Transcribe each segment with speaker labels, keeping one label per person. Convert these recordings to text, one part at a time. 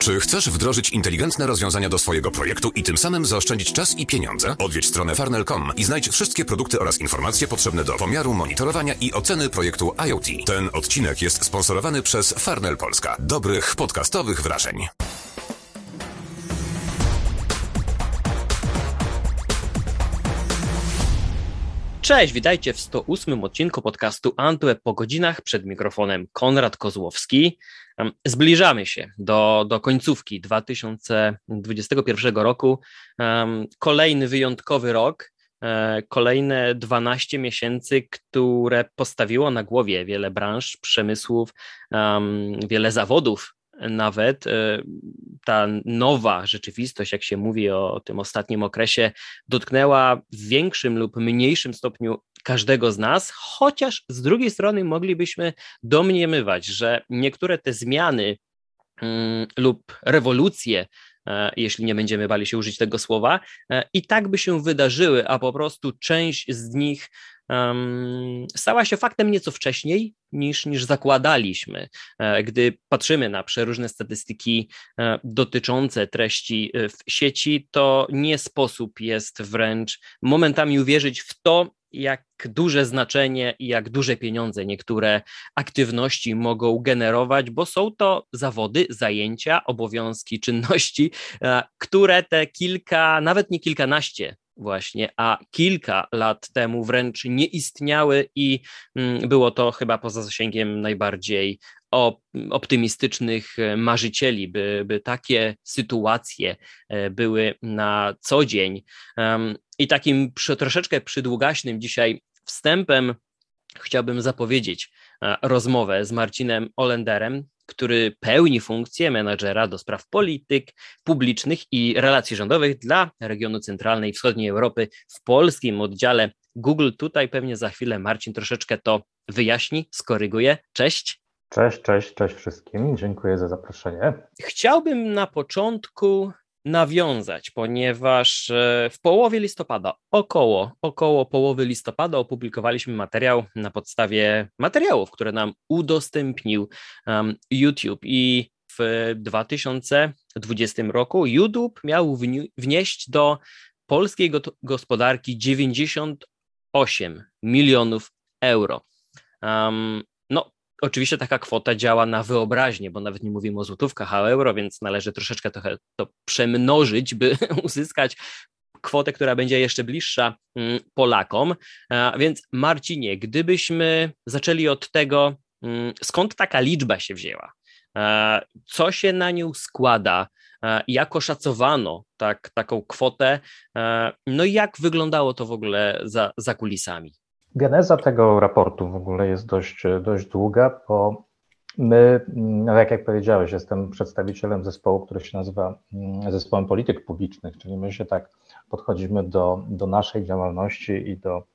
Speaker 1: Czy chcesz wdrożyć inteligentne rozwiązania do swojego projektu i tym samym zaoszczędzić czas i pieniądze? Odwiedź stronę Farnell.com i znajdź wszystkie produkty oraz informacje potrzebne do pomiaru, monitorowania i oceny projektu IoT. Ten odcinek jest sponsorowany przez Farnell Polska. Dobrych podcastowych wrażeń.
Speaker 2: Cześć, witajcie w 108 odcinku podcastu Antweb po godzinach. Przed mikrofonem Konrad Kozłowski. Zbliżamy się do końcówki 2021 roku. Kolejny wyjątkowy rok, kolejne 12 miesięcy, które postawiło na głowie wiele branż, przemysłów, wiele zawodów. Nawet ta nowa rzeczywistość, jak się mówi o tym ostatnim okresie, dotknęła w większym lub mniejszym stopniu każdego z nas, chociaż z drugiej strony moglibyśmy domniemywać, że niektóre te zmiany lub rewolucje, jeśli nie będziemy bali się użyć tego słowa, i tak by się wydarzyły, a po prostu część z nich stała się faktem nieco wcześniej niż zakładaliśmy. Gdy patrzymy na przeróżne statystyki dotyczące treści w sieci, to nie sposób jest wręcz momentami uwierzyć w to, jak duże znaczenie i jak duże pieniądze niektóre aktywności mogą generować, bo są to zawody, zajęcia, obowiązki, czynności, które te kilka, nawet nie kilkanaście właśnie, a kilka lat temu wręcz nie istniały i było to chyba poza zasięgiem najbardziej optymistycznych marzycieli, by takie sytuacje były na co dzień. I takim troszeczkę przydługaśnym dzisiaj wstępem chciałbym zapowiedzieć rozmowę z Marcinem Olenderem, który pełni funkcję menadżera do spraw polityk publicznych i relacji rządowych dla regionu centralnej i wschodniej Europy w polskim oddziale Google. Tutaj pewnie za chwilę Marcin troszeczkę to wyjaśni, skoryguje. Cześć.
Speaker 3: Cześć wszystkim. Dziękuję za zaproszenie.
Speaker 2: Chciałbym na początku nawiązać, ponieważ w połowie listopada, około połowy listopada opublikowaliśmy materiał na podstawie materiałów, które nam udostępnił YouTube, i w 2020 roku YouTube miał wnieść do polskiej gospodarki 98 milionów euro. Oczywiście taka kwota działa na wyobraźnię, bo nawet nie mówimy o złotówkach, a o euro, więc należy troszeczkę to przemnożyć, by uzyskać kwotę, która będzie jeszcze bliższa Polakom. Więc Marcinie, gdybyśmy zaczęli od tego, skąd taka liczba się wzięła, co się na nią składa, jak oszacowano taką kwotę, no i jak wyglądało to w ogóle za kulisami?
Speaker 3: Geneza tego raportu w ogóle jest dość długa, bo my, jak powiedziałeś, jestem przedstawicielem zespołu, który się nazywa Zespołem Polityk Publicznych, czyli my się tak podchodzimy do naszej działalności i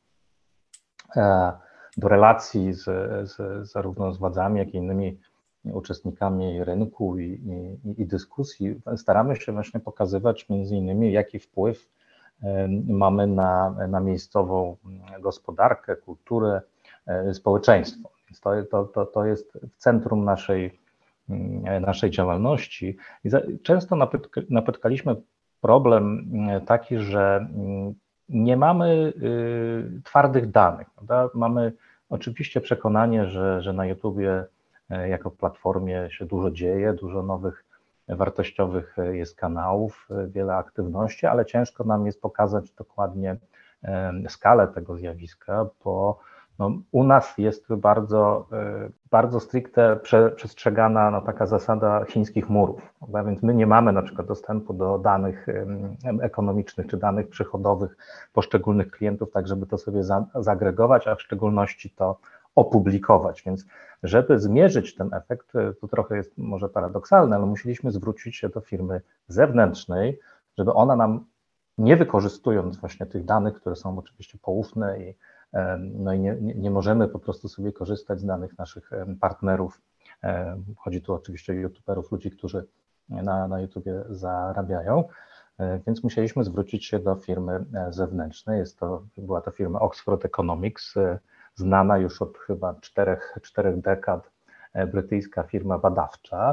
Speaker 3: do relacji zarówno z władzami, jak i innymi uczestnikami rynku i dyskusji. Staramy się właśnie pokazywać między innymi, jaki wpływ mamy na miejscową gospodarkę, kulturę, społeczeństwo. Więc to jest w centrum naszej działalności. I często napotkaliśmy problem taki, że nie mamy twardych danych, prawda? Mamy oczywiście przekonanie, że na YouTubie jako platformie się dużo dzieje, dużo nowych wartościowych jest kanałów, wiele aktywności, ale ciężko nam jest pokazać dokładnie skalę tego zjawiska, bo u nas jest bardzo stricte przestrzegana taka zasada chińskich murów, prawda? Więc my nie mamy na przykład dostępu do danych ekonomicznych czy danych przychodowych poszczególnych klientów, tak żeby to sobie zagregować, a w szczególności to opublikować, więc żeby zmierzyć ten efekt, to trochę jest może paradoksalne, ale musieliśmy zwrócić się do firmy zewnętrznej, żeby ona nam, nie wykorzystując właśnie tych danych, które są oczywiście poufne i nie możemy po prostu sobie korzystać z danych naszych partnerów, chodzi tu oczywiście o youtuberów, ludzi, którzy na YouTubie zarabiają, więc musieliśmy zwrócić się do firmy zewnętrznej, była to firma Oxford Economics, znana już od chyba czterech dekad brytyjska firma badawcza,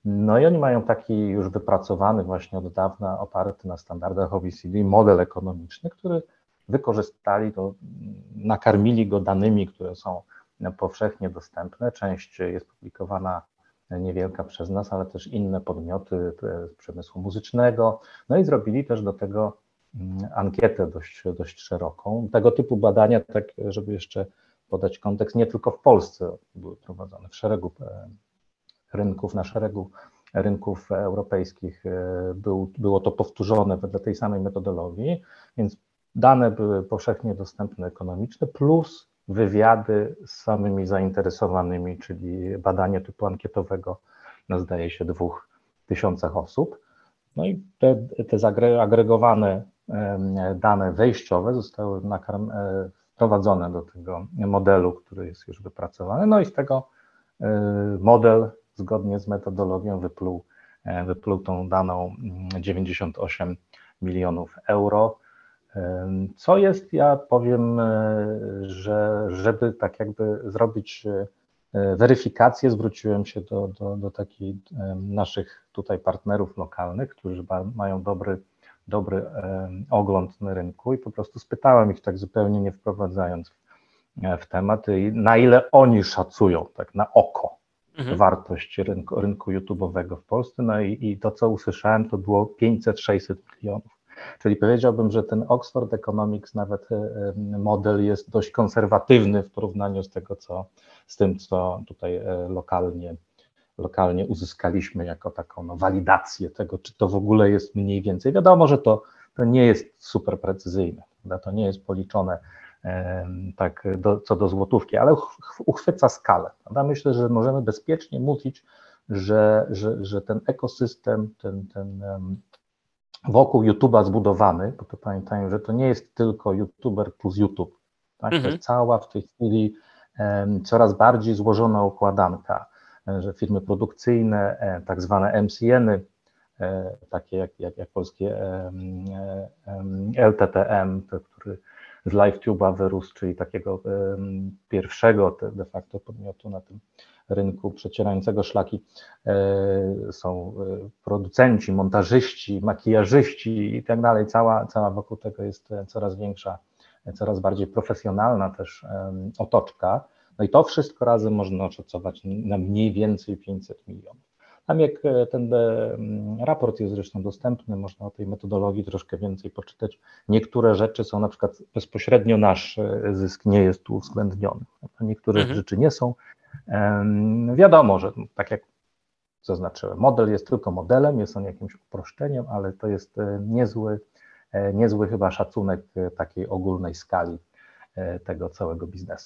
Speaker 3: No i oni mają taki już wypracowany właśnie od dawna, oparty na standardach OECD model ekonomiczny, który wykorzystali, nakarmili go danymi, które są powszechnie dostępne. Część jest publikowana niewielka przez nas, ale też inne podmioty z przemysłu muzycznego. No i zrobili też do tego ankietę dość szeroką. Tego typu badania, tak żeby jeszcze podać kontekst, nie tylko w Polsce były prowadzone, w szeregu rynków, na szeregu rynków europejskich było to powtórzone wedle tej samej metodologii, więc dane były powszechnie dostępne ekonomiczne, plus wywiady z samymi zainteresowanymi, czyli badanie typu ankietowego na zdaje się 2000 osób. No i te zagregowane dane wejściowe zostały wprowadzone do tego modelu, który jest już wypracowany, no i z tego model zgodnie z metodologią wypluł tą daną 98 milionów euro, co jest, ja powiem, że żeby tak jakby zrobić weryfikację, zwróciłem się do takich naszych tutaj partnerów lokalnych, którzy mają dobry ogląd na rynku i po prostu spytałem ich tak zupełnie nie wprowadzając w temat, na ile oni szacują tak na oko wartość rynku YouTube'owego w Polsce, no i to, co usłyszałem, to było 500-600 milionów. Czyli powiedziałbym, że ten Oxford Economics, nawet model jest dość konserwatywny w porównaniu z tym, co tutaj lokalnie uzyskaliśmy jako taką walidację tego, czy to w ogóle jest mniej więcej. Wiadomo, że to nie jest super precyzyjne, to nie jest policzone tak co do złotówki, ale uchwyca skalę. Myślę, że możemy bezpiecznie mówić, że ten ekosystem, ten wokół YouTube'a zbudowany, bo to pamiętajmy, że to nie jest tylko YouTuber plus YouTube, tak? To jest cała w tej chwili coraz bardziej złożona układanka, że firmy produkcyjne, tak zwane MCN-y, takie jak polskie LTTM, który z LiveTube'a wyrósł, czyli takiego pierwszego de facto podmiotu na tym rynku przecierającego szlaki, są producenci, montażyści, makijażyści i tak dalej. Cała wokół tego jest coraz większa, coraz bardziej profesjonalna też otoczka. No i to wszystko razem można oszacować na mniej więcej 500 milionów. Tam jak ten raport jest zresztą dostępny, można o tej metodologii troszkę więcej poczytać. Niektóre rzeczy są na przykład bezpośrednio nasz zysk nie jest tu uwzględniony. Niektóre rzeczy nie są. Wiadomo, że tak jak zaznaczyłem, model jest tylko modelem, jest on jakimś uproszczeniem, ale to jest niezły chyba szacunek takiej ogólnej skali tego całego biznesu.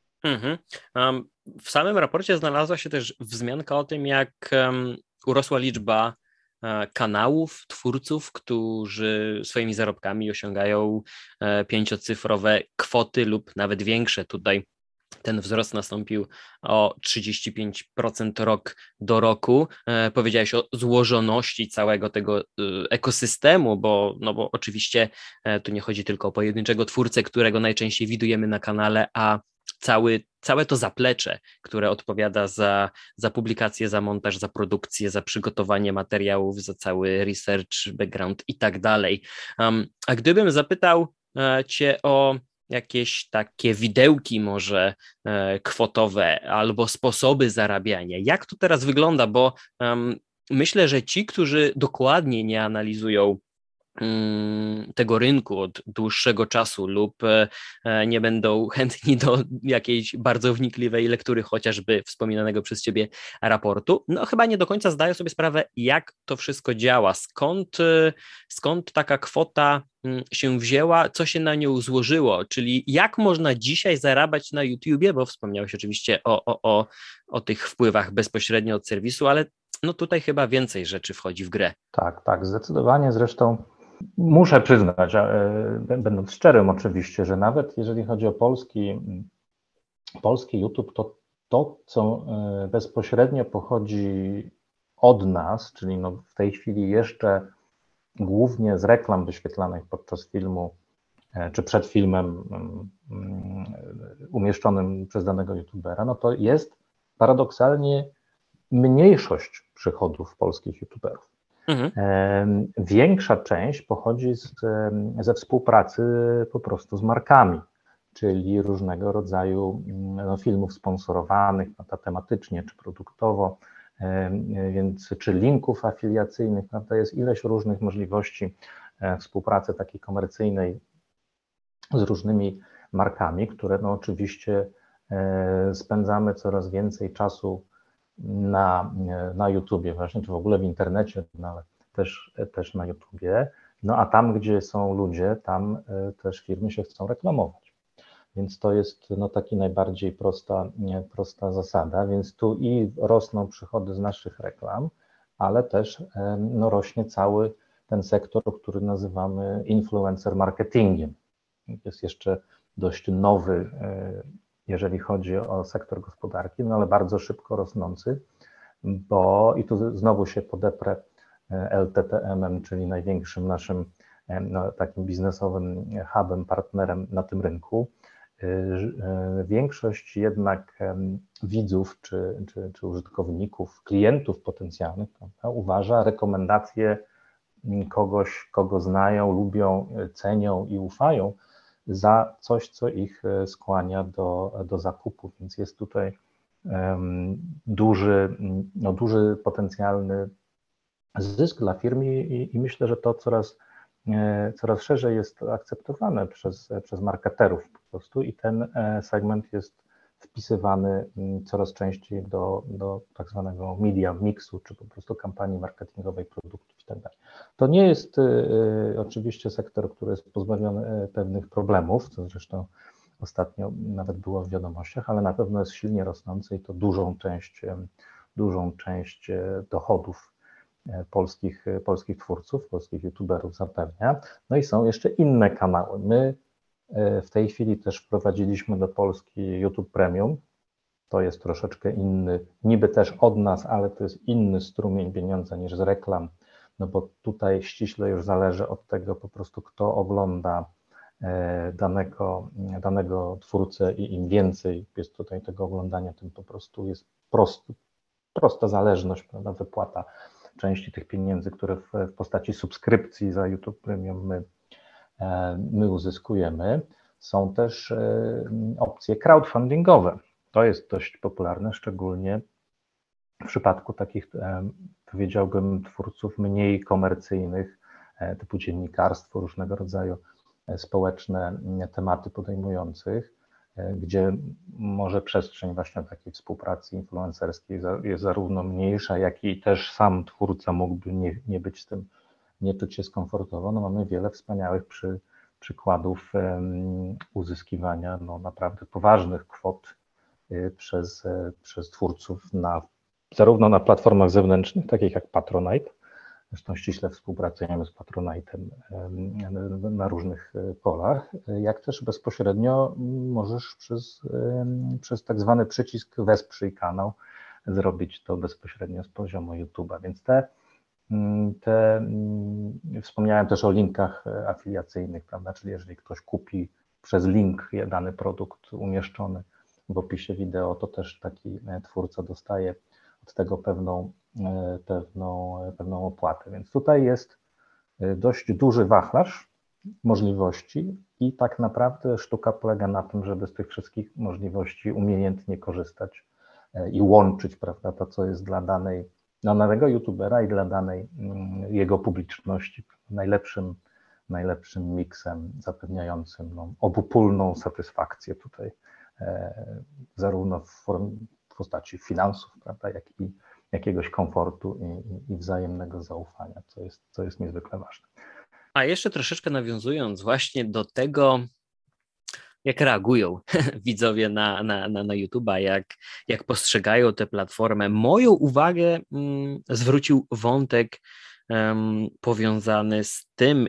Speaker 2: W samym raporcie znalazła się też wzmianka o tym, jak urosła liczba kanałów, twórców, którzy swoimi zarobkami osiągają 5-cyfrowe kwoty lub nawet większe. Tutaj ten wzrost nastąpił o 35% rok do roku. Powiedziałeś o złożoności całego tego ekosystemu, bo oczywiście tu nie chodzi tylko o pojedynczego twórcę, którego najczęściej widujemy na kanale, a całe to zaplecze, które odpowiada za publikację, za montaż, za produkcję, za przygotowanie materiałów, za cały research, background i tak dalej. A gdybym zapytał Cię o jakieś takie widełki może kwotowe albo sposoby zarabiania, jak to teraz wygląda, bo myślę, że ci, którzy dokładnie nie analizują tego rynku od dłuższego czasu lub nie będą chętni do jakiejś bardzo wnikliwej lektury chociażby wspominanego przez Ciebie raportu, no chyba nie do końca zdają sobie sprawę, jak to wszystko działa, skąd taka kwota się wzięła, co się na nią złożyło, czyli jak można dzisiaj zarabiać na YouTubie, bo wspomniałeś oczywiście o tych wpływach bezpośrednio od serwisu, ale no tutaj chyba więcej rzeczy wchodzi w grę.
Speaker 3: Tak, zdecydowanie. Zresztą muszę przyznać, będąc szczerym oczywiście, że nawet jeżeli chodzi o polski YouTube, to co bezpośrednio pochodzi od nas, czyli w tej chwili jeszcze głównie z reklam wyświetlanych podczas filmu, czy przed filmem umieszczonym przez danego YouTubera, no to jest paradoksalnie mniejszość przychodów polskich youtuberów. Większa część pochodzi ze współpracy po prostu z markami, czyli różnego rodzaju filmów sponsorowanych, tematycznie czy produktowo, więc czy linków afiliacyjnych, prawda, jest ileś różnych możliwości współpracy takiej komercyjnej z różnymi markami, które no oczywiście spędzamy coraz więcej czasu na YouTubie właśnie, czy w ogóle w internecie, no ale też na YouTubie, no a tam, gdzie są ludzie, tam też firmy się chcą reklamować. Więc to jest no taki najbardziej prosta zasada, więc tu i rosną przychody z naszych reklam, ale też no, rośnie cały ten sektor, który nazywamy influencer marketingiem. Jest jeszcze dość nowy, jeżeli chodzi o sektor gospodarki, no ale bardzo szybko rosnący, bo i tu znowu się podeprę LTTM-em, czyli największym naszym no, takim biznesowym hubem, partnerem na tym rynku. Większość jednak widzów czy użytkowników, klientów potencjalnych, prawda, uważa rekomendacje kogoś, kogo znają, lubią, cenią i ufają za coś, co ich skłania do zakupu, więc jest tutaj duży potencjalny zysk dla firm i myślę, że to coraz szerzej jest akceptowane przez marketerów po prostu i ten segment jest wpisywany coraz częściej do tak zwanego media mixu, czy po prostu kampanii marketingowej produktów i tak dalej. To nie jest oczywiście sektor, który jest pozbawiony pewnych problemów, co zresztą ostatnio nawet było w wiadomościach, ale na pewno jest silnie rosnący i to dużą część dochodów polskich twórców, polskich youtuberów zapewnia. No i są jeszcze inne kanały. My w tej chwili też wprowadziliśmy do Polski YouTube Premium. To jest troszeczkę inny, niby też od nas, ale to jest inny strumień pieniądza niż z reklam, no bo tutaj ściśle już zależy od tego po prostu, kto ogląda danego twórcę i im więcej jest tutaj tego oglądania, tym po prostu jest prosta zależność, prawda, wypłata części tych pieniędzy, które w postaci subskrypcji za YouTube Premium my uzyskujemy. Są też opcje crowdfundingowe. To jest dość popularne, szczególnie w przypadku takich, powiedziałbym, twórców mniej komercyjnych, typu dziennikarstwo, różnego rodzaju społeczne tematy podejmujących, gdzie może przestrzeń właśnie takiej współpracy influencerskiej jest zarówno mniejsza, jak i też sam twórca mógłby nie być z tym, nie czuć się skomfortowo. No mamy wiele wspaniałych przykładów uzyskiwania no naprawdę poważnych kwot przez twórców zarówno na platformach zewnętrznych, takich jak Patronite, zresztą ściśle współpracujemy z Patronite'em na różnych polach, jak też bezpośrednio możesz przez tak zwany przycisk wesprzyj kanał zrobić to bezpośrednio z poziomu YouTube'a, więc wspomniałem też o linkach afiliacyjnych, prawda, czyli jeżeli ktoś kupi przez link dany produkt umieszczony w opisie wideo, to też taki twórca dostaje od tego pewną opłatę, więc tutaj jest dość duży wachlarz możliwości i tak naprawdę sztuka polega na tym, żeby z tych wszystkich możliwości umiejętnie korzystać i łączyć, prawda, to, co jest dla danego youtubera i dla danej jego publiczności najlepszym miksem zapewniającym obopólną satysfakcję tutaj, zarówno w postaci finansów, prawda, jak i jakiegoś komfortu i wzajemnego zaufania, co jest niezwykle ważne.
Speaker 2: A jeszcze troszeczkę nawiązując właśnie do tego, jak reagują widzowie na YouTube'a, jak postrzegają tę platformę. Moją uwagę zwrócił wątek powiązany z tym,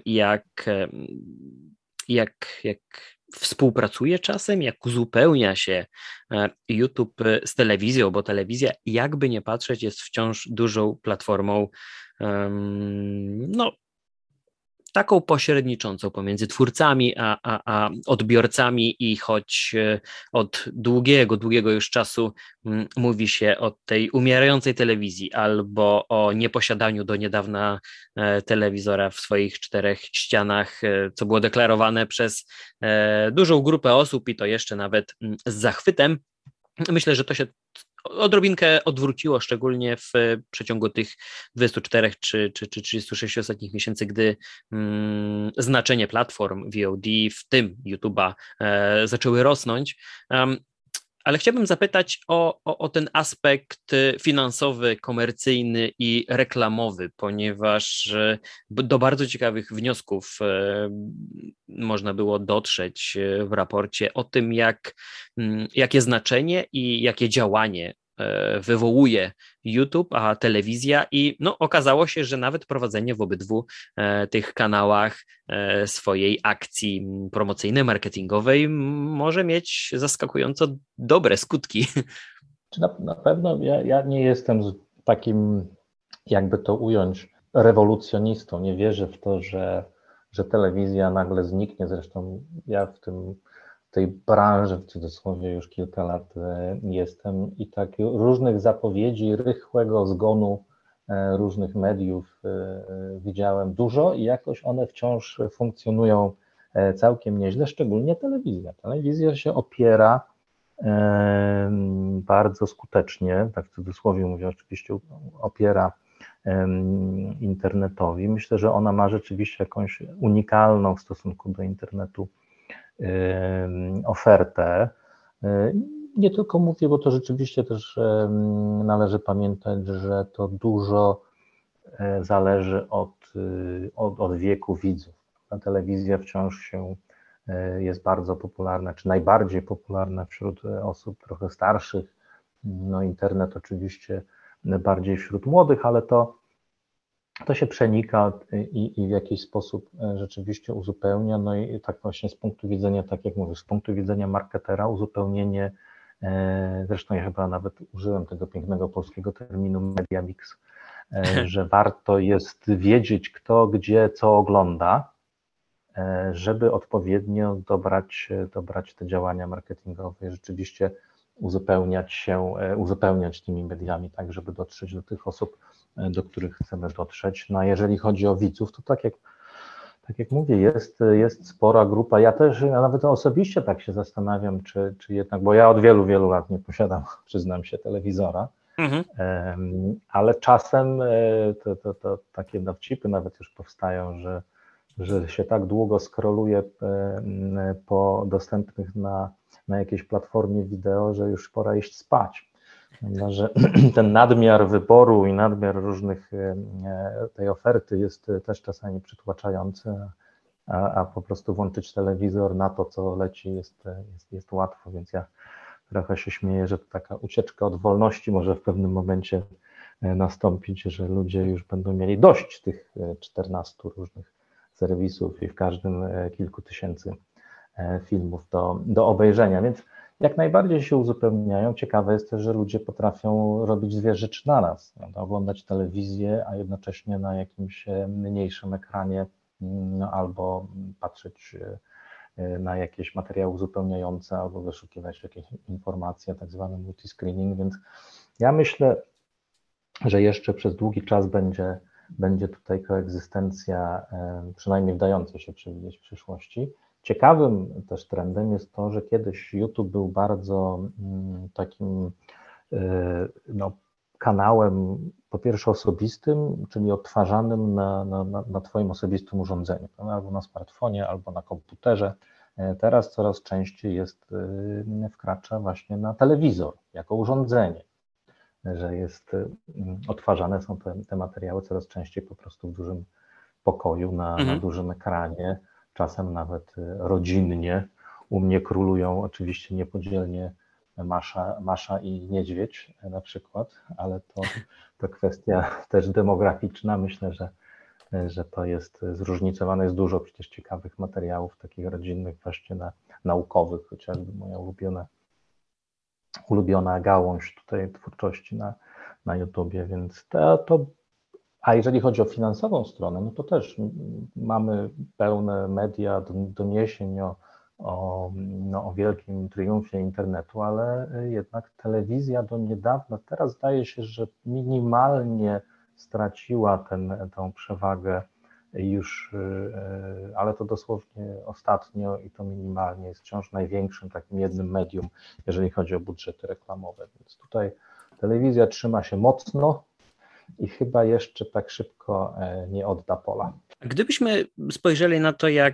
Speaker 2: jak współpracuje czasem, jak uzupełnia się YouTube z telewizją, bo telewizja, jakby nie patrzeć, jest wciąż dużą platformą taką pośredniczącą pomiędzy twórcami a odbiorcami i choć od długiego już czasu mówi się o tej umierającej telewizji albo o nieposiadaniu do niedawna telewizora w swoich 4 ścianach, co było deklarowane przez dużą grupę osób i to jeszcze nawet z zachwytem. Myślę, że to się odrobinkę odwróciło, szczególnie w przeciągu tych 24 czy 36 ostatnich miesięcy, gdy znaczenie platform VOD, w tym YouTube'a, zaczęły rosnąć. Ale chciałbym zapytać o ten aspekt finansowy, komercyjny i reklamowy, ponieważ do bardzo ciekawych wniosków można było dotrzeć w raporcie o tym, jakie znaczenie i jakie działanie wywołuje YouTube, a telewizja i okazało się, że nawet prowadzenie w obydwu tych kanałach swojej akcji promocyjnej, marketingowej może mieć zaskakująco dobre skutki.
Speaker 3: Na pewno ja nie jestem takim, jakby to ująć, rewolucjonistą. Nie wierzę w to, że telewizja nagle zniknie. Zresztą ja w tej branży, w cudzysłowie, już kilka lat jestem i tak różnych zapowiedzi rychłego zgonu różnych mediów widziałem dużo i jakoś one wciąż funkcjonują całkiem nieźle, szczególnie telewizja. Telewizja się opiera bardzo skutecznie, tak w cudzysłowie mówię, oczywiście opiera internetowi. Myślę, że ona ma rzeczywiście jakąś unikalną w stosunku do internetu ofertę. Nie tylko mówię, bo to rzeczywiście też należy pamiętać, że to dużo zależy od wieku widzów. Ta telewizja wciąż jest bardzo popularna, czy najbardziej popularna wśród osób trochę starszych. Internet oczywiście bardziej wśród młodych, ale to się przenika i w jakiś sposób rzeczywiście uzupełnia. I tak właśnie z punktu widzenia, tak jak mówię, z punktu widzenia marketera uzupełnienie, zresztą ja chyba nawet użyłem tego pięknego polskiego terminu media mix, że warto jest wiedzieć, kto gdzie co ogląda, żeby odpowiednio dobrać te działania marketingowe i rzeczywiście uzupełniać tymi mediami, tak żeby dotrzeć do tych osób, do których chcemy dotrzeć. A jeżeli chodzi o widzów, to tak jak mówię, jest spora grupa. Ja nawet osobiście tak się zastanawiam, czy jednak, bo ja od wielu lat nie posiadam, przyznam się, telewizora, ale czasem to takie dowcipy nawet już powstają, że się tak długo scrolluje po dostępnych na jakiejś platformie wideo, że już pora iść spać. Że ten nadmiar wyboru i nadmiar różnych tej oferty jest też czasami przytłaczający, a po prostu włączyć telewizor na to, co leci, jest łatwo, więc ja trochę się śmieję, że to taka ucieczka od wolności może w pewnym momencie nastąpić, że ludzie już będą mieli dość tych 14 różnych serwisów i w każdym kilku tysięcy filmów do obejrzenia, więc jak najbardziej się uzupełniają. Ciekawe jest też, że ludzie potrafią robić 2 rzeczy naraz, oglądać telewizję, a jednocześnie na jakimś mniejszym ekranie albo patrzeć na jakieś materiały uzupełniające, albo wyszukiwać jakieś informacje, tak zwany multiscreening, więc ja myślę, że jeszcze przez długi czas będzie tutaj koegzystencja, przynajmniej wdająca się przewidzieć w przyszłości. Ciekawym też trendem jest to, że kiedyś YouTube był bardzo takim kanałem po pierwsze osobistym, czyli odtwarzanym na Twoim osobistym urządzeniu, albo na smartfonie, albo na komputerze. Teraz coraz częściej wkracza właśnie na telewizor jako urządzenie, że odtwarzane są te materiały coraz częściej po prostu w dużym pokoju, na dużym ekranie, czasem nawet rodzinnie. U mnie królują oczywiście niepodzielnie Masza i niedźwiedź na przykład, ale to kwestia też demograficzna. Myślę, że to jest zróżnicowane. Jest dużo przecież ciekawych materiałów takich rodzinnych, właśnie naukowych, chociażby moja ulubiona gałąź tutaj twórczości na YouTubie, więc to A jeżeli chodzi o finansową stronę, no to też mamy pełne media doniesień o wielkim triumfie internetu, ale jednak telewizja do niedawna, teraz zdaje się, że minimalnie straciła tą przewagę już, ale to dosłownie ostatnio i to minimalnie jest wciąż największym takim jednym medium, jeżeli chodzi o budżety reklamowe, więc tutaj telewizja trzyma się mocno i chyba jeszcze tak szybko nie odda pola.
Speaker 2: Gdybyśmy spojrzeli na to, jak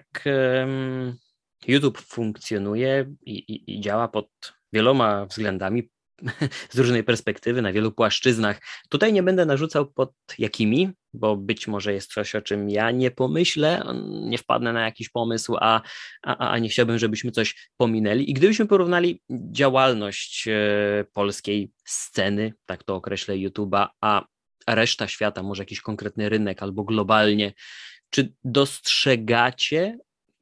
Speaker 2: YouTube funkcjonuje i działa pod wieloma względami, z różnej perspektywy, na wielu płaszczyznach. Tutaj nie będę narzucał pod jakimi, bo być może jest coś, o czym ja nie pomyślę, nie wpadnę na jakiś pomysł, a nie chciałbym, żebyśmy coś pominęli. I gdybyśmy porównali działalność polskiej sceny, tak to określę, YouTube'a, a reszta świata, może jakiś konkretny rynek albo globalnie, czy dostrzegacie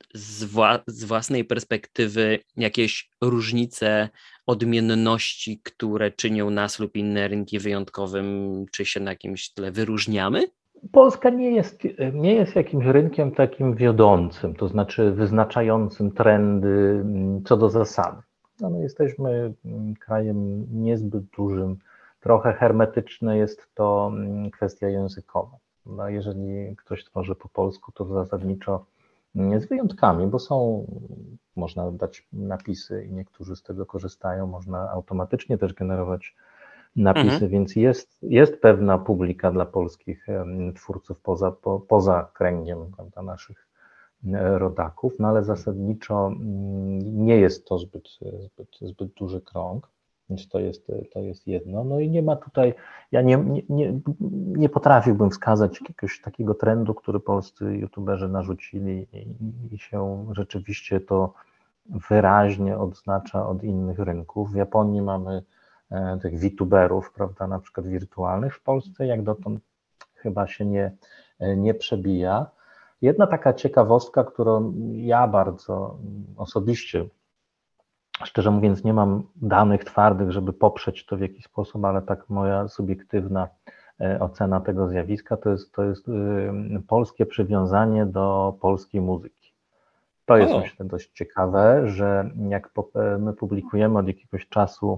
Speaker 2: z własnej perspektywy jakieś różnice, odmienności, które czynią nas lub inne rynki wyjątkowym, czy się na jakimś tle wyróżniamy?
Speaker 3: Polska nie jest jakimś rynkiem takim wiodącym, to znaczy wyznaczającym trendy co do zasady. No, my jesteśmy krajem niezbyt dużym, trochę hermetyczne jest to kwestia językowa. No, jeżeli ktoś tworzy po polsku, to zasadniczo z wyjątkami, bo można dać napisy i niektórzy z tego korzystają, można automatycznie też generować napisy, więc jest pewna publika dla polskich twórców poza kręgiem, prawda, naszych rodaków, no ale zasadniczo nie jest to zbyt duży krąg, więc to jest jedno. No i nie ma tutaj, ja nie potrafiłbym wskazać jakiegoś takiego trendu, który polscy youtuberzy narzucili i się rzeczywiście to wyraźnie odznacza od innych rynków. W Japonii mamy tych VTuberów, prawda, na przykład wirtualnych, w Polsce jak dotąd chyba się nie przebija. Jedna taka ciekawostka, którą ja bardzo osobiście, szczerze mówiąc, nie mam danych twardych, żeby poprzeć to w jakiś sposób, ale tak moja subiektywna ocena tego zjawiska to jest polskie przywiązanie do polskiej muzyki. To jest myślę dość ciekawe, że jak my publikujemy od jakiegoś czasu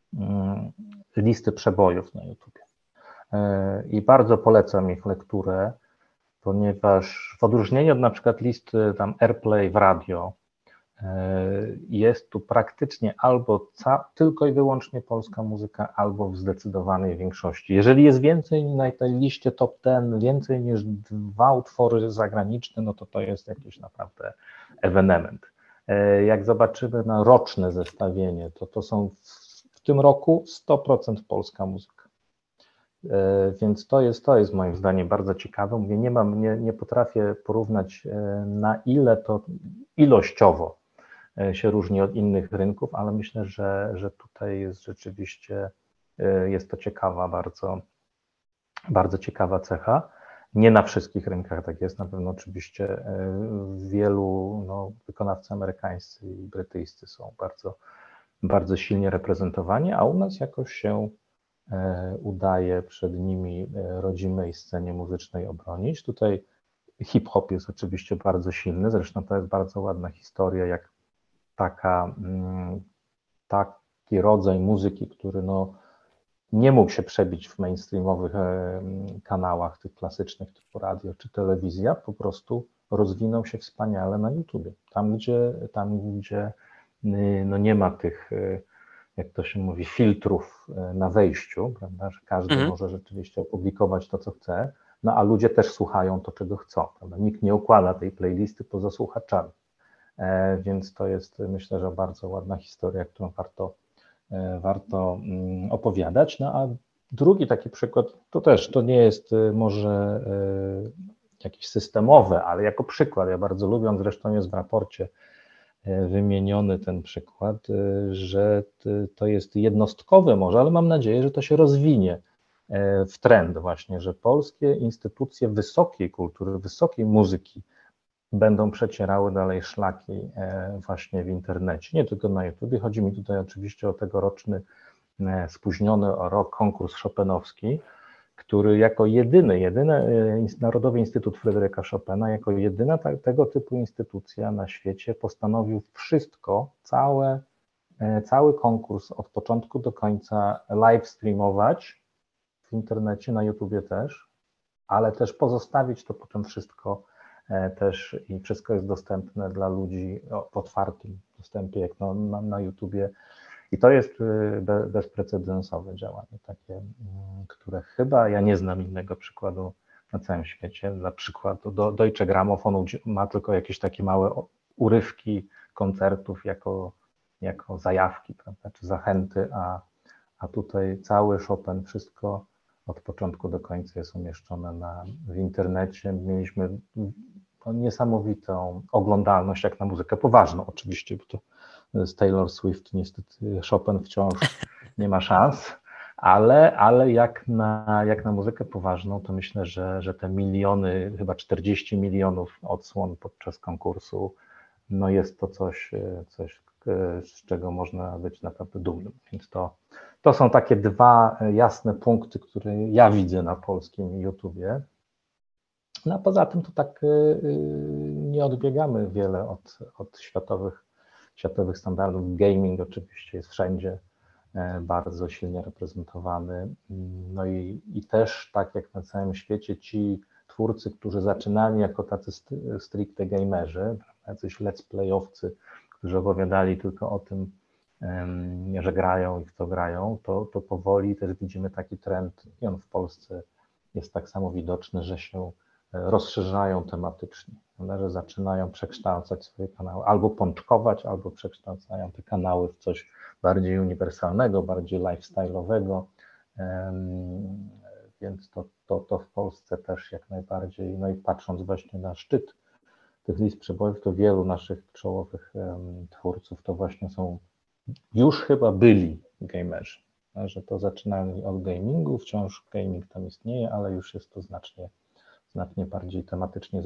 Speaker 3: listy przebojów na YouTube i bardzo polecam ich lekturę, ponieważ w odróżnieniu od na przykład listy tam Airplay w radio, jest tu praktycznie albo tylko i wyłącznie polska muzyka, albo w zdecydowanej większości. Jeżeli jest więcej na tej liście top 10, więcej niż 2 utwory zagraniczne, no to jest jakiś naprawdę ewenement. Jak zobaczymy na roczne zestawienie, to są w tym roku 100% polska muzyka. Więc to jest moim zdaniem bardzo ciekawe. Mówię, nie potrafię porównać, na ile to ilościowo się różni od innych rynków, ale myślę, że tutaj jest rzeczywiście, jest to ciekawa, bardzo, bardzo ciekawa cecha. Nie na wszystkich rynkach tak jest, na pewno oczywiście wielu wykonawcy amerykańscy i brytyjscy są bardzo, bardzo silnie reprezentowani, a u nas jakoś się udaje przed nimi rodzimej scenie muzycznej obronić. Tutaj hip-hop jest oczywiście bardzo silny, zresztą to jest bardzo ładna historia, jak taki rodzaj muzyki, który nie mógł się przebić w mainstreamowych kanałach tych klasycznych typu radio czy telewizja, po prostu rozwinął się wspaniale na YouTubie. Tam, gdzie nie ma tych, jak to się mówi, filtrów na wejściu, prawda, że każdy może rzeczywiście opublikować to, co chce, a ludzie też słuchają to, czego chcą, prawda? Nikt nie układa tej playlisty poza słuchaczami, więc to jest, myślę, że bardzo ładna historia, którą warto opowiadać. A drugi taki przykład, to nie jest może jakieś systemowe, ale jako przykład, ja bardzo lubię, on zresztą jest w raporcie wymieniony ten przykład, że to jest jednostkowe może, ale mam nadzieję, że to się rozwinie w trend właśnie, że polskie instytucje wysokiej kultury, wysokiej muzyki będą przecierały dalej szlaki właśnie w internecie, nie tylko na YouTube. Chodzi mi tutaj oczywiście o tegoroczny spóźniony o rok konkurs chopinowski, który jako jedyny Narodowy Instytut Fryderyka Chopina, jako jedyna tego typu instytucja na świecie postanowił wszystko, cały konkurs od początku do końca live streamować w internecie, na YouTubie też, ale też pozostawić to potem wszystko też i wszystko jest dostępne dla ludzi w otwartym dostępie, jak na YouTubie. I to jest bezprecedensowe działanie, takie, które chyba ja nie znam innego przykładu na całym świecie. Dla przykładu Deutsche Grammophon ma tylko jakieś takie małe urywki koncertów jako zajawki, prawda, czy zachęty, a tutaj cały Chopin, wszystko od początku do końca jest umieszczone w internecie. Mieliśmy niesamowitą oglądalność jak na muzykę poważną oczywiście, bo to z Taylor Swift niestety Chopin wciąż nie ma szans, ale jak na muzykę poważną, to myślę, że te miliony, chyba 40 milionów odsłon podczas konkursu, no jest to coś, z czego można być naprawdę dumnym. Więc to są takie dwa jasne punkty, które ja widzę na polskim YouTubie. No a poza tym to tak nie odbiegamy wiele od światowych standardów. Gaming oczywiście jest wszędzie bardzo silnie reprezentowany. No i też tak jak na całym świecie ci twórcy, którzy zaczynali jako tacy stricte gamerzy, jacyś let's playowcy, którzy opowiadali tylko o tym, że grają i w to grają, to powoli też widzimy taki trend i on w Polsce jest tak samo widoczny, że się rozszerzają tematycznie, że zaczynają przekształcać swoje kanały, albo pączkować, albo przekształcają te kanały w coś bardziej uniwersalnego, bardziej lifestyle'owego, więc to w Polsce też jak najbardziej, no i patrząc właśnie na szczyt tych list przebojów, to wielu naszych czołowych twórców to właśnie już chyba byli gamerzy, że to zaczynają od gamingu, wciąż gaming tam istnieje, ale już jest to znacznie bardziej tematycznie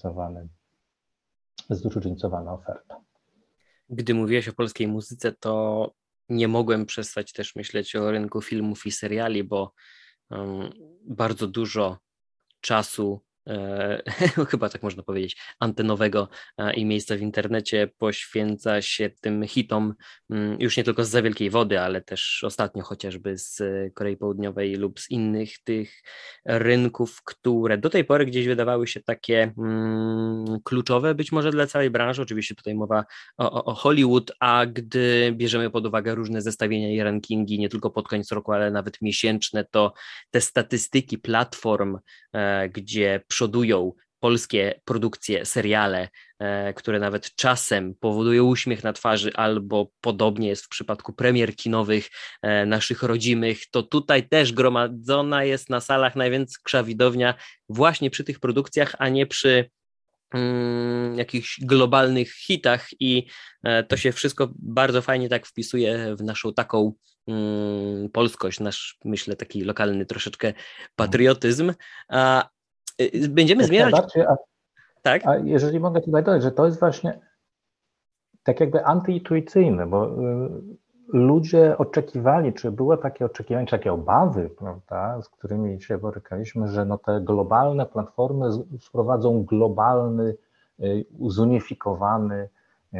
Speaker 3: zróżnicowana oferta.
Speaker 2: Gdy mówiłeś o polskiej muzyce, to nie mogłem przestać też myśleć o rynku filmów i seriali, bo bardzo dużo czasu, chyba tak można powiedzieć, antenowego i miejsca w internecie poświęca się tym hitom już nie tylko z Za Wielkiej Wody, ale też ostatnio chociażby z Korei Południowej lub z innych tych rynków, które do tej pory gdzieś wydawały się takie kluczowe być może dla całej branży. Oczywiście tutaj mowa o Hollywood, a gdy bierzemy pod uwagę różne zestawienia i rankingi, nie tylko pod koniec roku, ale nawet miesięczne, to te statystyki platform, gdzie przodują polskie produkcje, seriale, które nawet czasem powodują uśmiech na twarzy, albo podobnie jest w przypadku premier kinowych naszych rodzimych, to tutaj też gromadzona jest na salach największa widownia właśnie przy tych produkcjach, a nie przy jakichś globalnych hitach i to się wszystko bardzo fajnie tak wpisuje w naszą taką polskość, nasz, myślę, taki lokalny troszeczkę patriotyzm. Będziemy zmierzać...
Speaker 3: Tak? A jeżeli mogę tutaj dodać, że to jest właśnie tak jakby antyintuicyjne, bo ludzie oczekiwali, czy było takie oczekiwanie, czy takie obawy, prawda, z którymi się borykaliśmy, że no te globalne platformy wprowadzą globalny, zunifikowany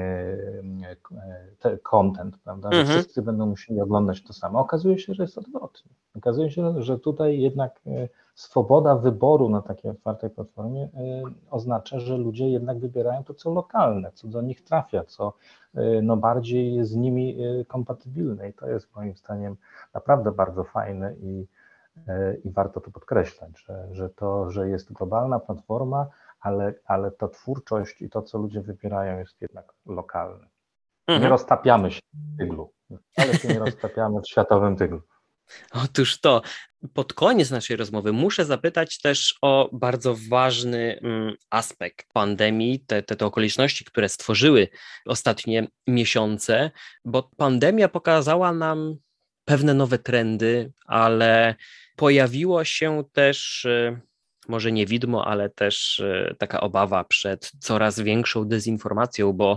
Speaker 3: content, prawda, że wszyscy będą musieli oglądać to samo. Okazuje się, że jest odwrotnie. Okazuje się, że tutaj jednak swoboda wyboru na takiej otwartej platformie oznacza, że ludzie jednak wybierają to, co lokalne, co do nich trafia, co no bardziej jest z nimi kompatybilne i to jest moim zdaniem naprawdę bardzo fajne i warto to podkreślać, że jest globalna platforma, ale ta twórczość i to, co ludzie wybierają, jest jednak lokalne. Nie roztapiamy się w tyglu, ale się nie roztapiamy w światowym tyglu.
Speaker 2: Otóż to, pod koniec naszej rozmowy muszę zapytać też o bardzo ważny aspekt pandemii, te okoliczności, które stworzyły ostatnie miesiące, bo pandemia pokazała nam pewne nowe trendy, ale pojawiło się też, może nie widmo, ale też taka obawa przed coraz większą dezinformacją, bo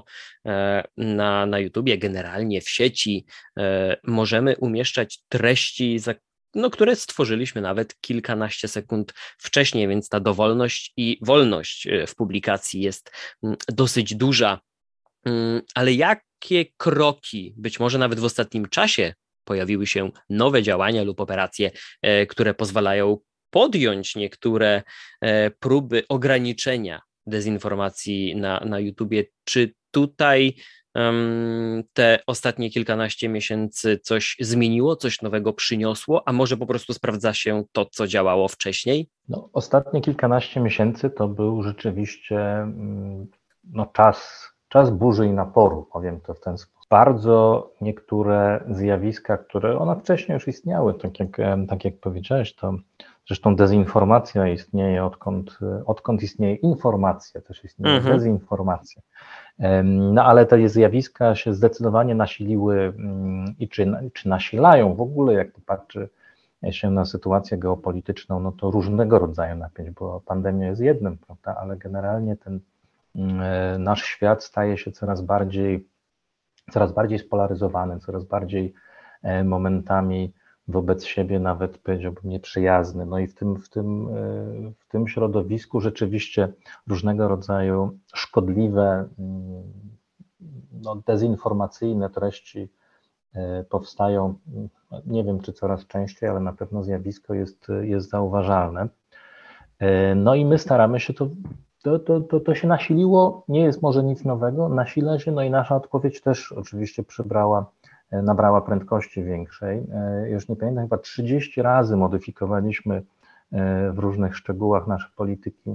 Speaker 2: na YouTubie, generalnie w sieci możemy umieszczać treści, za które stworzyliśmy nawet kilkanaście sekund wcześniej, więc ta dowolność i wolność w publikacji jest dosyć duża. Ale jakie kroki, być może nawet w ostatnim czasie, pojawiły się nowe działania lub operacje, które pozwalają podjąć niektóre próby ograniczenia dezinformacji na YouTubie? Czy tutaj te ostatnie kilkanaście miesięcy coś zmieniło, coś nowego przyniosło, a może po prostu sprawdza się to, co działało wcześniej?
Speaker 3: No, ostatnie kilkanaście miesięcy to był rzeczywiście czas burzy i naporu, powiem to w ten sposób. Bardzo niektóre zjawiska, one wcześniej już istniały, tak jak powiedziałeś, to zresztą dezinformacja istnieje, odkąd istnieje informacja, też istnieje dezinformacja. No ale te zjawiska się zdecydowanie nasiliły i czy nasilają w ogóle, jak popatrzy się na sytuację geopolityczną, no to różnego rodzaju napięć, bo pandemia jest jednym, prawda, ale generalnie ten nasz świat staje się coraz bardziej spolaryzowany, coraz bardziej momentami wobec siebie nawet, powiedziałbym, nieprzyjazny. No i w tym środowisku rzeczywiście różnego rodzaju szkodliwe, dezinformacyjne treści powstają, nie wiem czy coraz częściej, ale na pewno zjawisko jest zauważalne. No i my staramy się to się nasiliło, nie jest może nic nowego, nasila się, no i nasza odpowiedź też oczywiście nabrała prędkości większej. Już nie pamiętam, chyba 30 razy modyfikowaliśmy w różnych szczegółach nasze polityki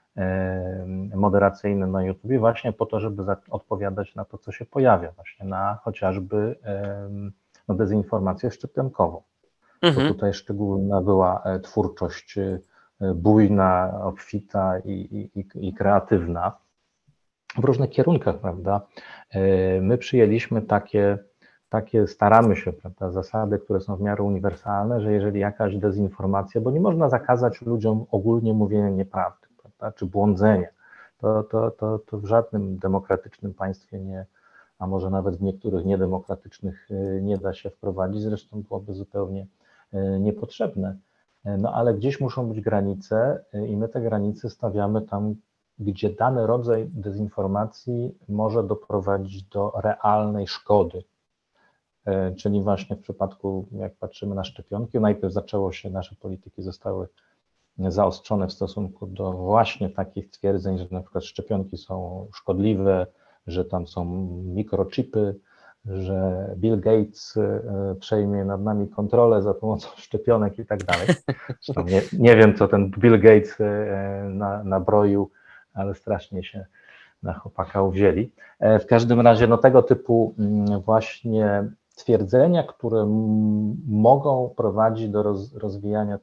Speaker 3: moderacyjne na YouTube właśnie po to, żeby odpowiadać na to, co się pojawia, właśnie na chociażby dezinformację szczepionkową. To tutaj szczególna była twórczość bujna, obfita i kreatywna w różnych kierunkach, prawda? My przyjęliśmy takie staramy się, prawda, zasady, które są w miarę uniwersalne, że jeżeli jakaś dezinformacja, bo nie można zakazać ludziom ogólnie mówienia nieprawdy, prawda, czy błądzenia, to w żadnym demokratycznym państwie nie, a może nawet w niektórych niedemokratycznych nie da się wprowadzić, zresztą byłoby zupełnie niepotrzebne. No ale gdzieś muszą być granice i my te granice stawiamy tam, gdzie dany rodzaj dezinformacji może doprowadzić do realnej szkody. Czyli właśnie w przypadku, jak patrzymy na szczepionki, najpierw nasze polityki zostały zaostrzone w stosunku do właśnie takich twierdzeń, że na przykład szczepionki są szkodliwe, że tam są mikrochipy, że Bill Gates przejmie nad nami kontrolę za pomocą szczepionek i tak dalej. Zresztą nie wiem, co ten Bill Gates nabroił, ale strasznie się na chłopaka uwzięli. W każdym razie tego typu właśnie twierdzenia, które mogą prowadzić do rozwijania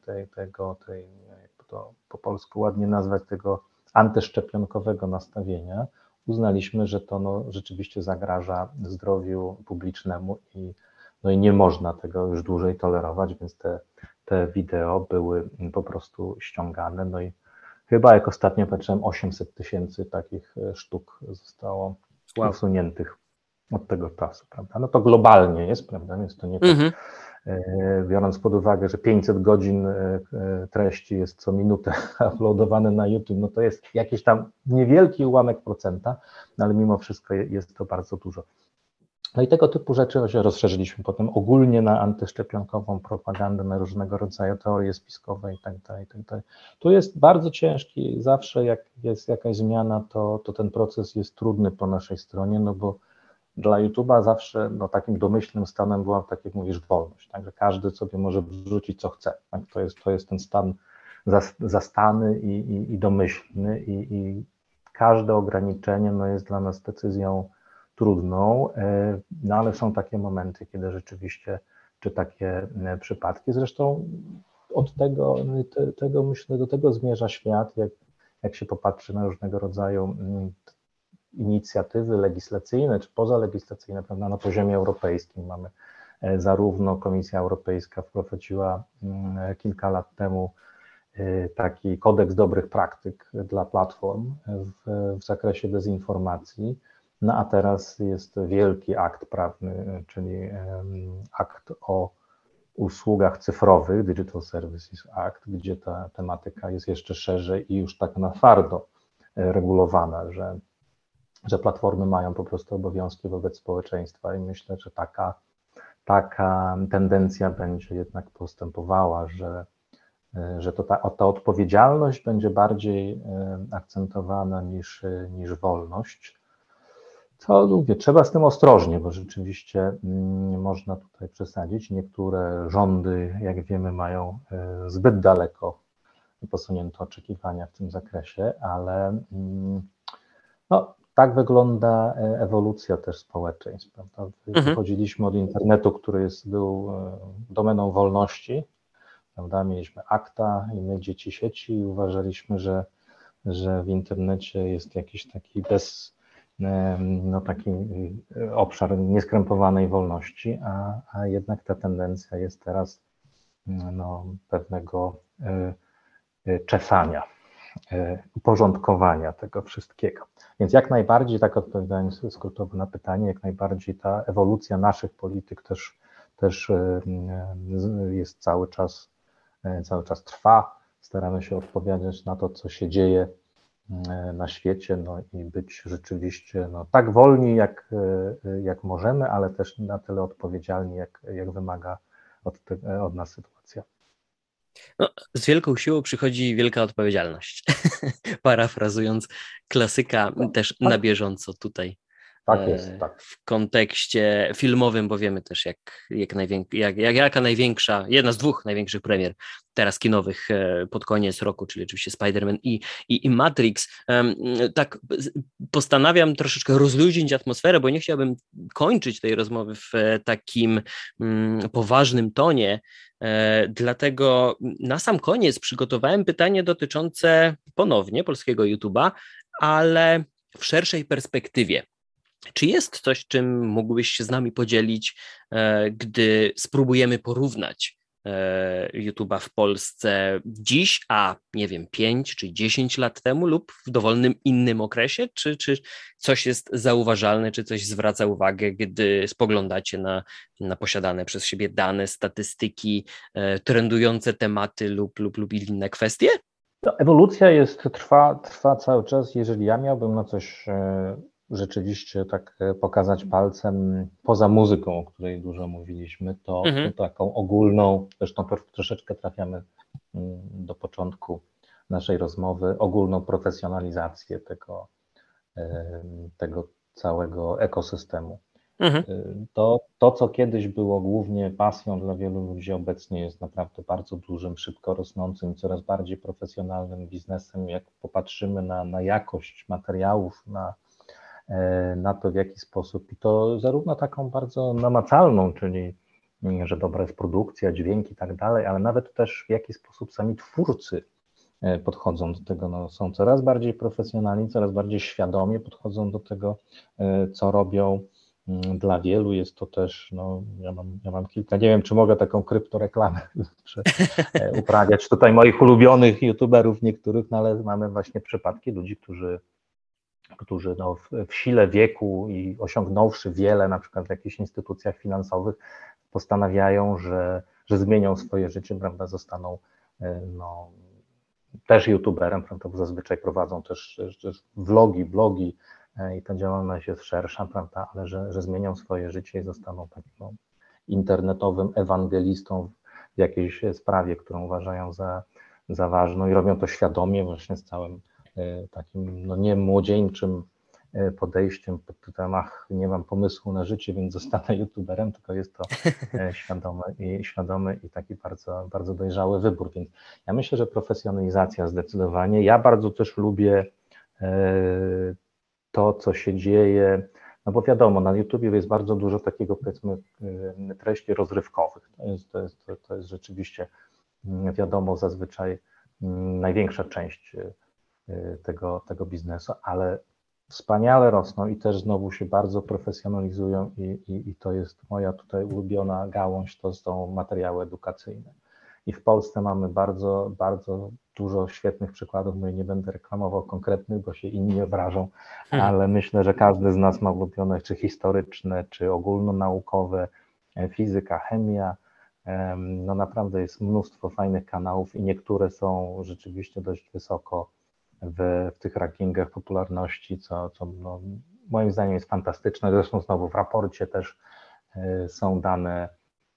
Speaker 3: jak to po polsku ładnie nazwać, tego antyszczepionkowego nastawienia, uznaliśmy, że to rzeczywiście zagraża zdrowiu publicznemu i nie można tego już dłużej tolerować, więc te wideo były po prostu ściągane. No i chyba jak ostatnio patrzyłem, 800 000 takich sztuk zostało usuniętych od tego czasu, prawda? No to globalnie jest, prawda? Jest to nie tak, biorąc pod uwagę, że 500 godzin treści jest co minutę uploadowane na YouTube, no to jest jakiś tam niewielki ułamek procenta, no ale mimo wszystko jest to bardzo dużo. No i tego typu rzeczy się rozszerzyliśmy potem ogólnie na antyszczepionkową propagandę, na różnego rodzaju teorie spiskowe i tak dalej. Tu jest bardzo ciężki, zawsze jak jest jakaś zmiana, to ten proces jest trudny po naszej stronie, no bo dla YouTube'a zawsze takim domyślnym stanem była, tak jak mówisz, wolność, tak, że każdy sobie może wrzucić co chce, tak? To jest ten stan zastany i domyślny i każde ograniczenie jest dla nas decyzją trudną, no ale są takie momenty, kiedy rzeczywiście, czy takie przypadki, zresztą od tego myślę, do tego zmierza świat, jak się popatrzy na różnego rodzaju inicjatywy legislacyjne czy pozalegislacyjne, prawda, na poziomie europejskim mamy zarówno Komisja Europejska wprowadziła kilka lat temu taki kodeks dobrych praktyk dla platform w zakresie dezinformacji, no a teraz jest wielki akt prawny, czyli akt o usługach cyfrowych, Digital Services Act, gdzie ta tematyka jest jeszcze szerzej i już tak na twardo regulowana, że platformy mają po prostu obowiązki wobec społeczeństwa i myślę, że taka tendencja będzie jednak postępowała, że ta odpowiedzialność będzie bardziej akcentowana niż wolność. Co mówię, trzeba z tym ostrożnie, bo rzeczywiście nie można tutaj przesadzić. Niektóre rządy, jak wiemy, mają zbyt daleko posunięte oczekiwania w tym zakresie, ale no, tak wygląda ewolucja też społeczeństw. Prawda? Wychodziliśmy od internetu, który był domeną wolności, prawda? Mieliśmy akta i my dzieci sieci i uważaliśmy, że w internecie jest jakiś taki taki obszar nieskrępowanej wolności, a jednak ta tendencja jest teraz pewnego czesania, uporządkowania tego wszystkiego. Więc jak najbardziej, tak odpowiadając skrótowo na pytanie, jak najbardziej ta ewolucja naszych polityk też jest cały czas trwa. Staramy się odpowiadać na to, co się dzieje na świecie, i być rzeczywiście tak wolni, jak możemy, ale też na tyle odpowiedzialni, jak wymaga od nas sytuacja.
Speaker 2: No, z wielką siłą przychodzi wielka odpowiedzialność. Parafrazując klasyka, też na bieżąco tutaj.
Speaker 3: Tak jest, tak.
Speaker 2: W kontekście filmowym, bo wiemy też, jaka największa, jedna z dwóch największych premier teraz kinowych pod koniec roku, czyli oczywiście Spider-Man i Matrix. Tak postanawiam troszeczkę rozluźnić atmosferę, bo nie chciałbym kończyć tej rozmowy w takim poważnym tonie, dlatego na sam koniec przygotowałem pytanie dotyczące ponownie polskiego YouTube'a, ale w szerszej perspektywie. Czy jest coś, czym mógłbyś się z nami podzielić, gdy spróbujemy porównać YouTube'a w Polsce dziś, a nie wiem, 5 czy 10 lat temu lub w dowolnym innym okresie? Czy coś jest zauważalne, czy coś zwraca uwagę, gdy spoglądacie na posiadane przez siebie dane, statystyki, trendujące tematy lub inne kwestie?
Speaker 3: Ewolucja trwa cały czas. Jeżeli ja miałbym na coś rzeczywiście tak pokazać palcem, poza muzyką, o której dużo mówiliśmy, to taką ogólną, zresztą troszeczkę trafiamy do początku naszej rozmowy, ogólną profesjonalizację tego całego ekosystemu. To, co kiedyś było głównie pasją dla wielu ludzi, obecnie jest naprawdę bardzo dużym, szybko rosnącym, coraz bardziej profesjonalnym biznesem. Jak popatrzymy na jakość materiałów, na to, w jaki sposób, i to zarówno taką bardzo namacalną, czyli że dobra jest produkcja, dźwięk i tak dalej, ale nawet też w jaki sposób sami twórcy podchodzą do tego, są coraz bardziej profesjonalni, coraz bardziej świadomie podchodzą do tego, co robią. Dla wielu jest to też, ja mam kilka, nie wiem, czy mogę taką kryptoreklamę uprawiać tutaj moich ulubionych youtuberów niektórych, ale mamy właśnie przypadki ludzi, którzy w sile wieku i osiągnąwszy wiele, na przykład w jakichś instytucjach finansowych, postanawiają, że zmienią swoje życie, prawda, zostaną też youtuberem, prawda, bo zazwyczaj prowadzą też vlogi i ta działalność jest szersza, prawda, ale że zmienią swoje życie i zostaną takim internetowym ewangelistą w jakiejś sprawie, którą uważają za ważną i robią to świadomie, właśnie z całym takim nie młodzieńczym podejściem pod tytułem nie mam pomysłu na życie, więc zostanę youtuberem, tylko jest to świadomy i taki bardzo, bardzo dojrzały wybór, więc ja myślę, że profesjonalizacja zdecydowanie. Ja bardzo też lubię to, co się dzieje, bo wiadomo, na YouTubie jest bardzo dużo takiego, powiedzmy, treści rozrywkowych. To jest rzeczywiście, wiadomo, zazwyczaj największa część tego biznesu, ale wspaniale rosną i też znowu się bardzo profesjonalizują i to jest moja tutaj ulubiona gałąź, to są materiały edukacyjne. I w Polsce mamy bardzo, bardzo dużo świetnych przykładów, nie będę reklamował konkretnych, bo się inni obrażą, ale myślę, że każdy z nas ma ulubione, czy historyczne, czy ogólnonaukowe, fizyka, chemia, No naprawdę jest mnóstwo fajnych kanałów i niektóre są rzeczywiście dość wysoko w tych rankingach popularności, co no, moim zdaniem jest fantastyczne. Zresztą znowu w raporcie też są dane,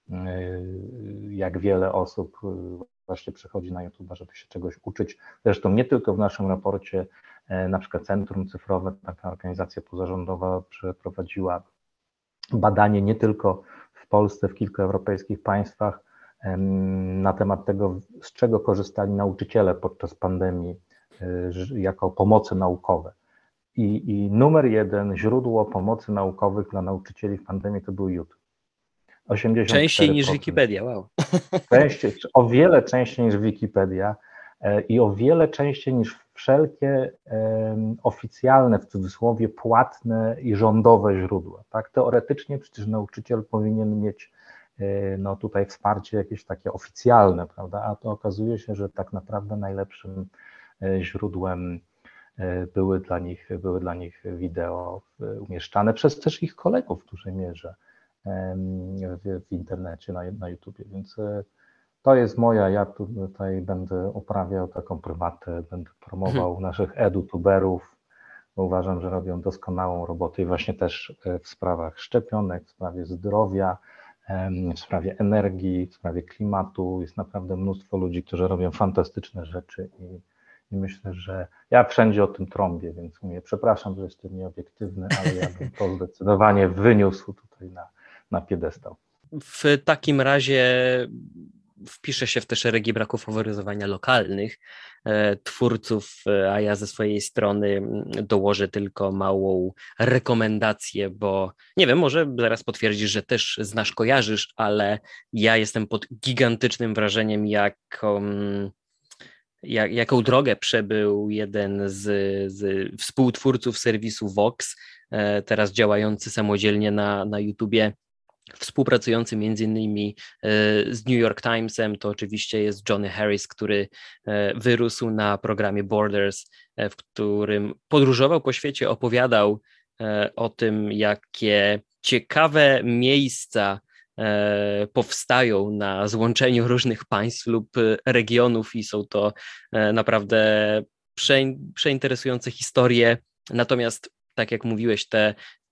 Speaker 3: jak wiele osób właśnie przychodzi na YouTube, żeby się czegoś uczyć. Zresztą nie tylko w naszym raporcie, na przykład Centrum Cyfrowe, taka organizacja pozarządowa, przeprowadziła badanie nie tylko w Polsce, w kilku europejskich państwach na temat tego, z czego korzystali nauczyciele podczas pandemii jako pomocy naukowe. I numer jeden źródło pomocy naukowych dla nauczycieli w pandemii to był YouTube. 84%.
Speaker 2: Częściej niż Wikipedia, wow.
Speaker 3: O wiele częściej niż Wikipedia i o wiele częściej niż wszelkie oficjalne, w cudzysłowie, płatne i rządowe źródła. Tak? Teoretycznie przecież nauczyciel powinien mieć no tutaj wsparcie jakieś takie oficjalne, prawda? A to okazuje się, że tak naprawdę najlepszym źródłem były dla nich wideo umieszczane przez też ich kolegów w dużej mierze w internecie, na YouTubie, więc to jest ja tutaj będę uprawiał taką prywatę, będę promował naszych edutuberów, bo uważam, że robią doskonałą robotę i właśnie też w sprawach szczepionek, w sprawie zdrowia, w sprawie energii, w sprawie klimatu. Jest naprawdę mnóstwo ludzi, którzy robią fantastyczne rzeczy i myślę, że ja wszędzie o tym trąbię, więc mówię, przepraszam, że jestem nieobiektywny, ale ja bym to zdecydowanie wyniósł tutaj na piedestał.
Speaker 2: W takim razie wpiszę się w te szeregi braku faworyzowania lokalnych twórców, a ja ze swojej strony dołożę tylko małą rekomendację, bo nie wiem, może zaraz potwierdzisz, że też znasz, kojarzysz, ale ja jestem pod gigantycznym wrażeniem, jaką drogę przebył jeden z współtwórców serwisu Vox, teraz działający samodzielnie na YouTubie, współpracujący między innymi z New York Timesem. To oczywiście jest Johnny Harris, który wyrósł na programie Borders, w którym podróżował po świecie, opowiadał o tym, jakie ciekawe miejsca powstają na złączeniu różnych państw lub regionów i są to naprawdę przeinteresujące historie. Natomiast tak jak mówiłeś, te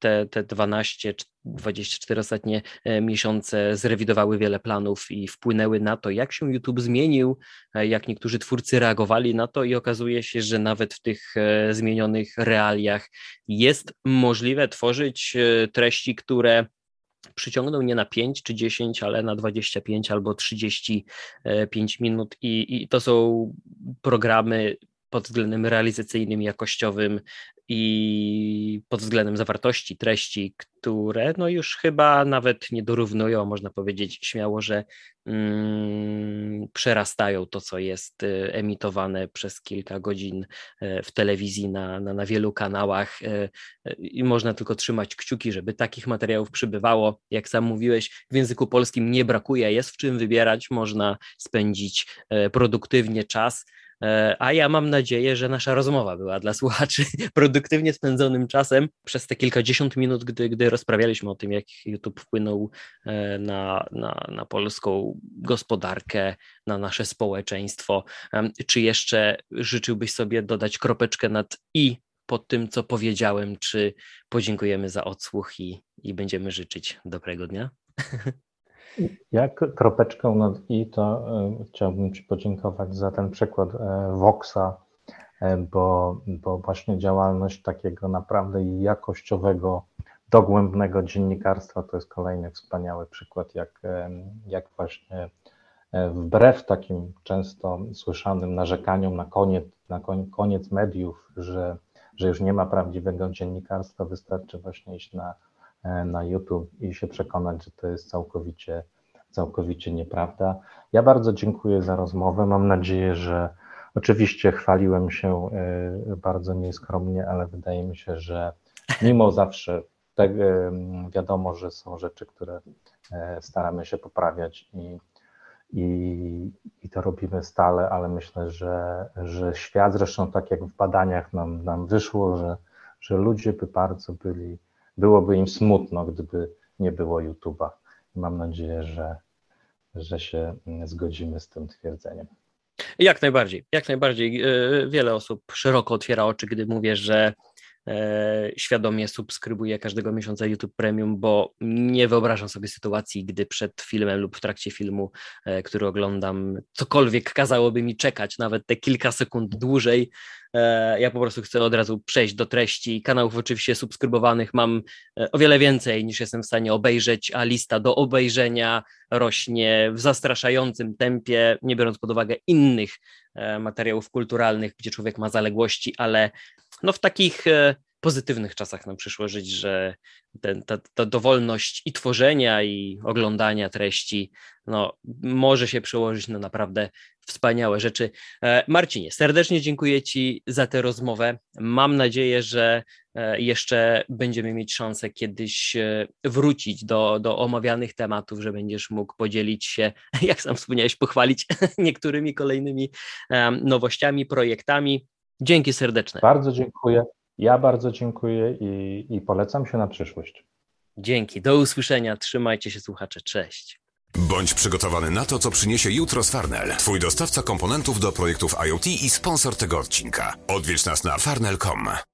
Speaker 2: 24 ostatnie miesiące zrewidowały wiele planów i wpłynęły na to, jak się YouTube zmienił, jak niektórzy twórcy reagowali na to i okazuje się, że nawet w tych zmienionych realiach jest możliwe tworzyć treści, które przyciągną nie na 5 czy 10, ale na 25 albo 35 minut i to są programy pod względem realizacyjnym, jakościowym i pod względem zawartości treści, które no już chyba nawet nie dorównują, można powiedzieć śmiało, że przerastają to, co jest emitowane przez kilka godzin w telewizji na wielu kanałach i można tylko trzymać kciuki, żeby takich materiałów przybywało. Jak sam mówiłeś, w języku polskim nie brakuje, jest w czym wybierać, można spędzić produktywnie czas. A ja mam nadzieję, że nasza rozmowa była dla słuchaczy produktywnie spędzonym czasem przez te kilkadziesiąt minut, gdy rozprawialiśmy o tym, jak YouTube wpłynął na polską gospodarkę, na nasze społeczeństwo. Czy jeszcze życzyłbyś sobie dodać kropeczkę nad i pod tym, co powiedziałem, czy podziękujemy za odsłuch i będziemy życzyć dobrego dnia?
Speaker 3: Ja kropeczką nad i to chciałbym Ci podziękować za ten przykład Voxa, bo właśnie działalność takiego naprawdę jakościowego, dogłębnego dziennikarstwa to jest kolejny wspaniały przykład, jak właśnie wbrew takim często słyszanym narzekaniom na koniec mediów, że już nie ma prawdziwego dziennikarstwa, wystarczy właśnie iść na YouTube i się przekonać, że to jest całkowicie nieprawda. Ja bardzo dziękuję za rozmowę. Mam nadzieję, że oczywiście chwaliłem się bardzo nieskromnie, ale wydaje mi się, że mimo zawsze wiadomo, że są rzeczy, które staramy się poprawiać i to robimy stale, ale myślę, że świat, zresztą tak jak w badaniach nam wyszło, że ludzie by bardzo byłoby im smutno, gdyby nie było YouTube'a. Mam nadzieję, że się zgodzimy z tym twierdzeniem.
Speaker 2: Jak najbardziej, jak najbardziej. Wiele osób szeroko otwiera oczy, gdy mówię, że świadomie subskrybuję każdego miesiąca YouTube Premium, bo nie wyobrażam sobie sytuacji, gdy przed filmem lub w trakcie filmu, który oglądam, cokolwiek kazałoby mi czekać, nawet te kilka sekund dłużej. Ja po prostu chcę od razu przejść do treści. Kanałów oczywiście subskrybowanych mam o wiele więcej niż jestem w stanie obejrzeć, a lista do obejrzenia rośnie w zastraszającym tempie, nie biorąc pod uwagę innych materiałów kulturalnych, gdzie człowiek ma zaległości, ale no w takich pozytywnych czasach nam przyszło żyć, że ta dowolność i tworzenia, i oglądania treści może się przełożyć na naprawdę wspaniałe rzeczy. Marcinie, serdecznie dziękuję Ci za tę rozmowę. Mam nadzieję, że jeszcze będziemy mieć szansę kiedyś wrócić do omawianych tematów, że będziesz mógł podzielić się, jak sam wspomniałeś, pochwalić niektórymi kolejnymi nowościami, projektami. Dzięki serdeczne.
Speaker 3: Bardzo dziękuję. Ja bardzo dziękuję i polecam się na przyszłość.
Speaker 2: Dzięki. Do usłyszenia. Trzymajcie się, słuchacze. Cześć.
Speaker 1: Bądź przygotowany na to, co przyniesie jutro z Farnell. Twój dostawca komponentów do projektów IoT i sponsor tego odcinka. Odwiedź nas na farnell.com.